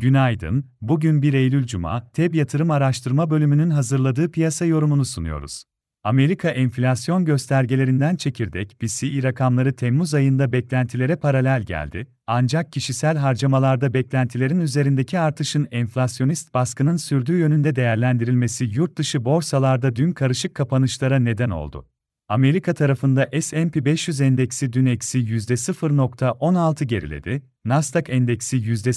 Günaydın, bugün 1 Eylül Cuma, TEB Yatırım Araştırma Bölümünün hazırladığı piyasa yorumunu sunuyoruz. Amerika enflasyon göstergelerinden çekirdek PCE rakamları Temmuz ayında beklentilere paralel geldi, ancak kişisel harcamalarda beklentilerin üzerindeki artışın enflasyonist baskının sürdüğü yönünde değerlendirilmesi yurt dışı borsalarda dün karışık kapanışlara neden oldu. Amerika tarafında S&P 500 endeksi dün eksi %0,16 geriledi, Nasdaq endeksi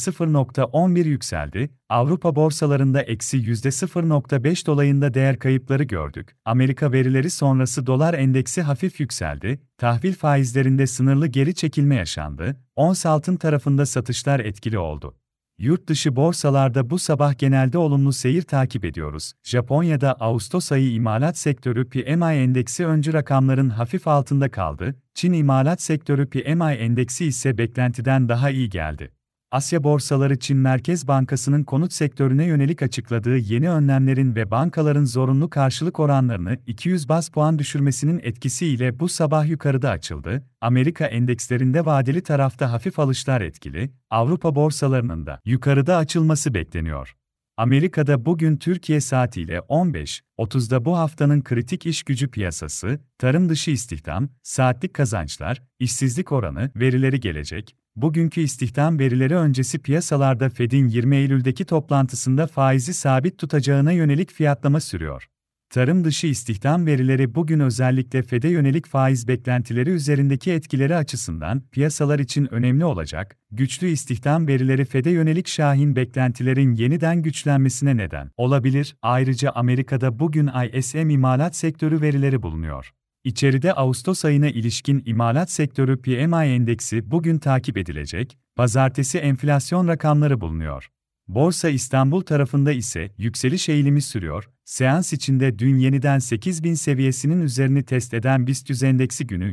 %0,11 yükseldi, Avrupa borsalarında eksi %0,5 dolayında değer kayıpları gördük. Amerika verileri sonrası dolar endeksi hafif yükseldi, tahvil faizlerinde sınırlı geri çekilme yaşandı, ons altın tarafında satışlar etkili oldu. Yurt dışı borsalarda bu sabah genelde olumlu seyir takip ediyoruz. Japonya'da Ağustos ayı imalat sektörü PMI endeksi öncü rakamların hafif altında kaldı. Çin imalat sektörü PMI endeksi ise beklentiden daha iyi geldi. Asya borsaları Çin Merkez Bankası'nın konut sektörüne yönelik açıkladığı yeni önlemlerin ve bankaların zorunlu karşılık oranlarını 200 baz puan düşürmesinin etkisiyle bu sabah yukarıda açıldı. Amerika endekslerinde vadeli tarafta hafif alışlar etkili, Avrupa borsalarının da yukarıda açılması bekleniyor. Amerika'da bugün Türkiye saatiyle 15.30'da bu haftanın kritik iş gücü piyasası, tarım dışı istihdam, saatlik kazançlar, işsizlik oranı verileri gelecek. Bugünkü istihdam verileri öncesi piyasalarda Fed'in 20 Eylül'deki toplantısında faizi sabit tutacağına yönelik fiyatlama sürüyor. Tarım dışı istihdam verileri bugün özellikle Fed'e yönelik faiz beklentileri üzerindeki etkileri açısından piyasalar için önemli olacak. Güçlü istihdam verileri Fed'e yönelik şahin beklentilerin yeniden güçlenmesine neden olabilir. Ayrıca Amerika'da bugün ISM imalat sektörü verileri bulunuyor. İçeride Ağustos ayına ilişkin imalat sektörü PMI endeksi bugün takip edilecek, pazartesi enflasyon rakamları bulunuyor. Borsa İstanbul tarafında ise yükseliş eğilimi sürüyor, seans içinde dün yeniden 8000 seviyesinin üzerini test eden BIST endeksi günü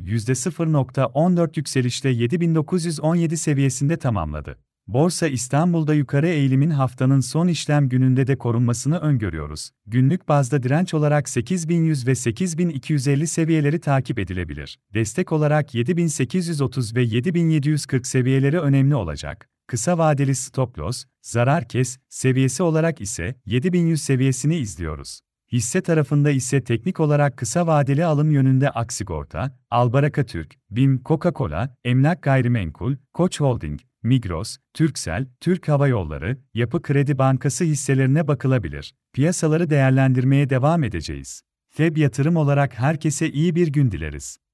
%0,14 yükselişle 7917 seviyesinde tamamladı. Borsa İstanbul'da yukarı eğilimin haftanın son işlem gününde de korunmasını öngörüyoruz. Günlük bazda direnç olarak 8100 ve 8250 seviyeleri takip edilebilir. Destek olarak 7830 ve 7740 seviyeleri önemli olacak. Kısa vadeli stop loss, zarar kes seviyesi olarak ise 7100 seviyesini izliyoruz. Hisse tarafında ise teknik olarak kısa vadeli alım yönünde Aksigorta, Albaraka Türk, BİM, Coca-Cola, Emlak Gayrimenkul, Koç Holding, Migros, Turkcell, Türk Hava Yolları, Yapı Kredi Bankası hisselerine bakılabilir. Piyasaları değerlendirmeye devam edeceğiz. TEB Yatırım olarak herkese iyi bir gün dileriz.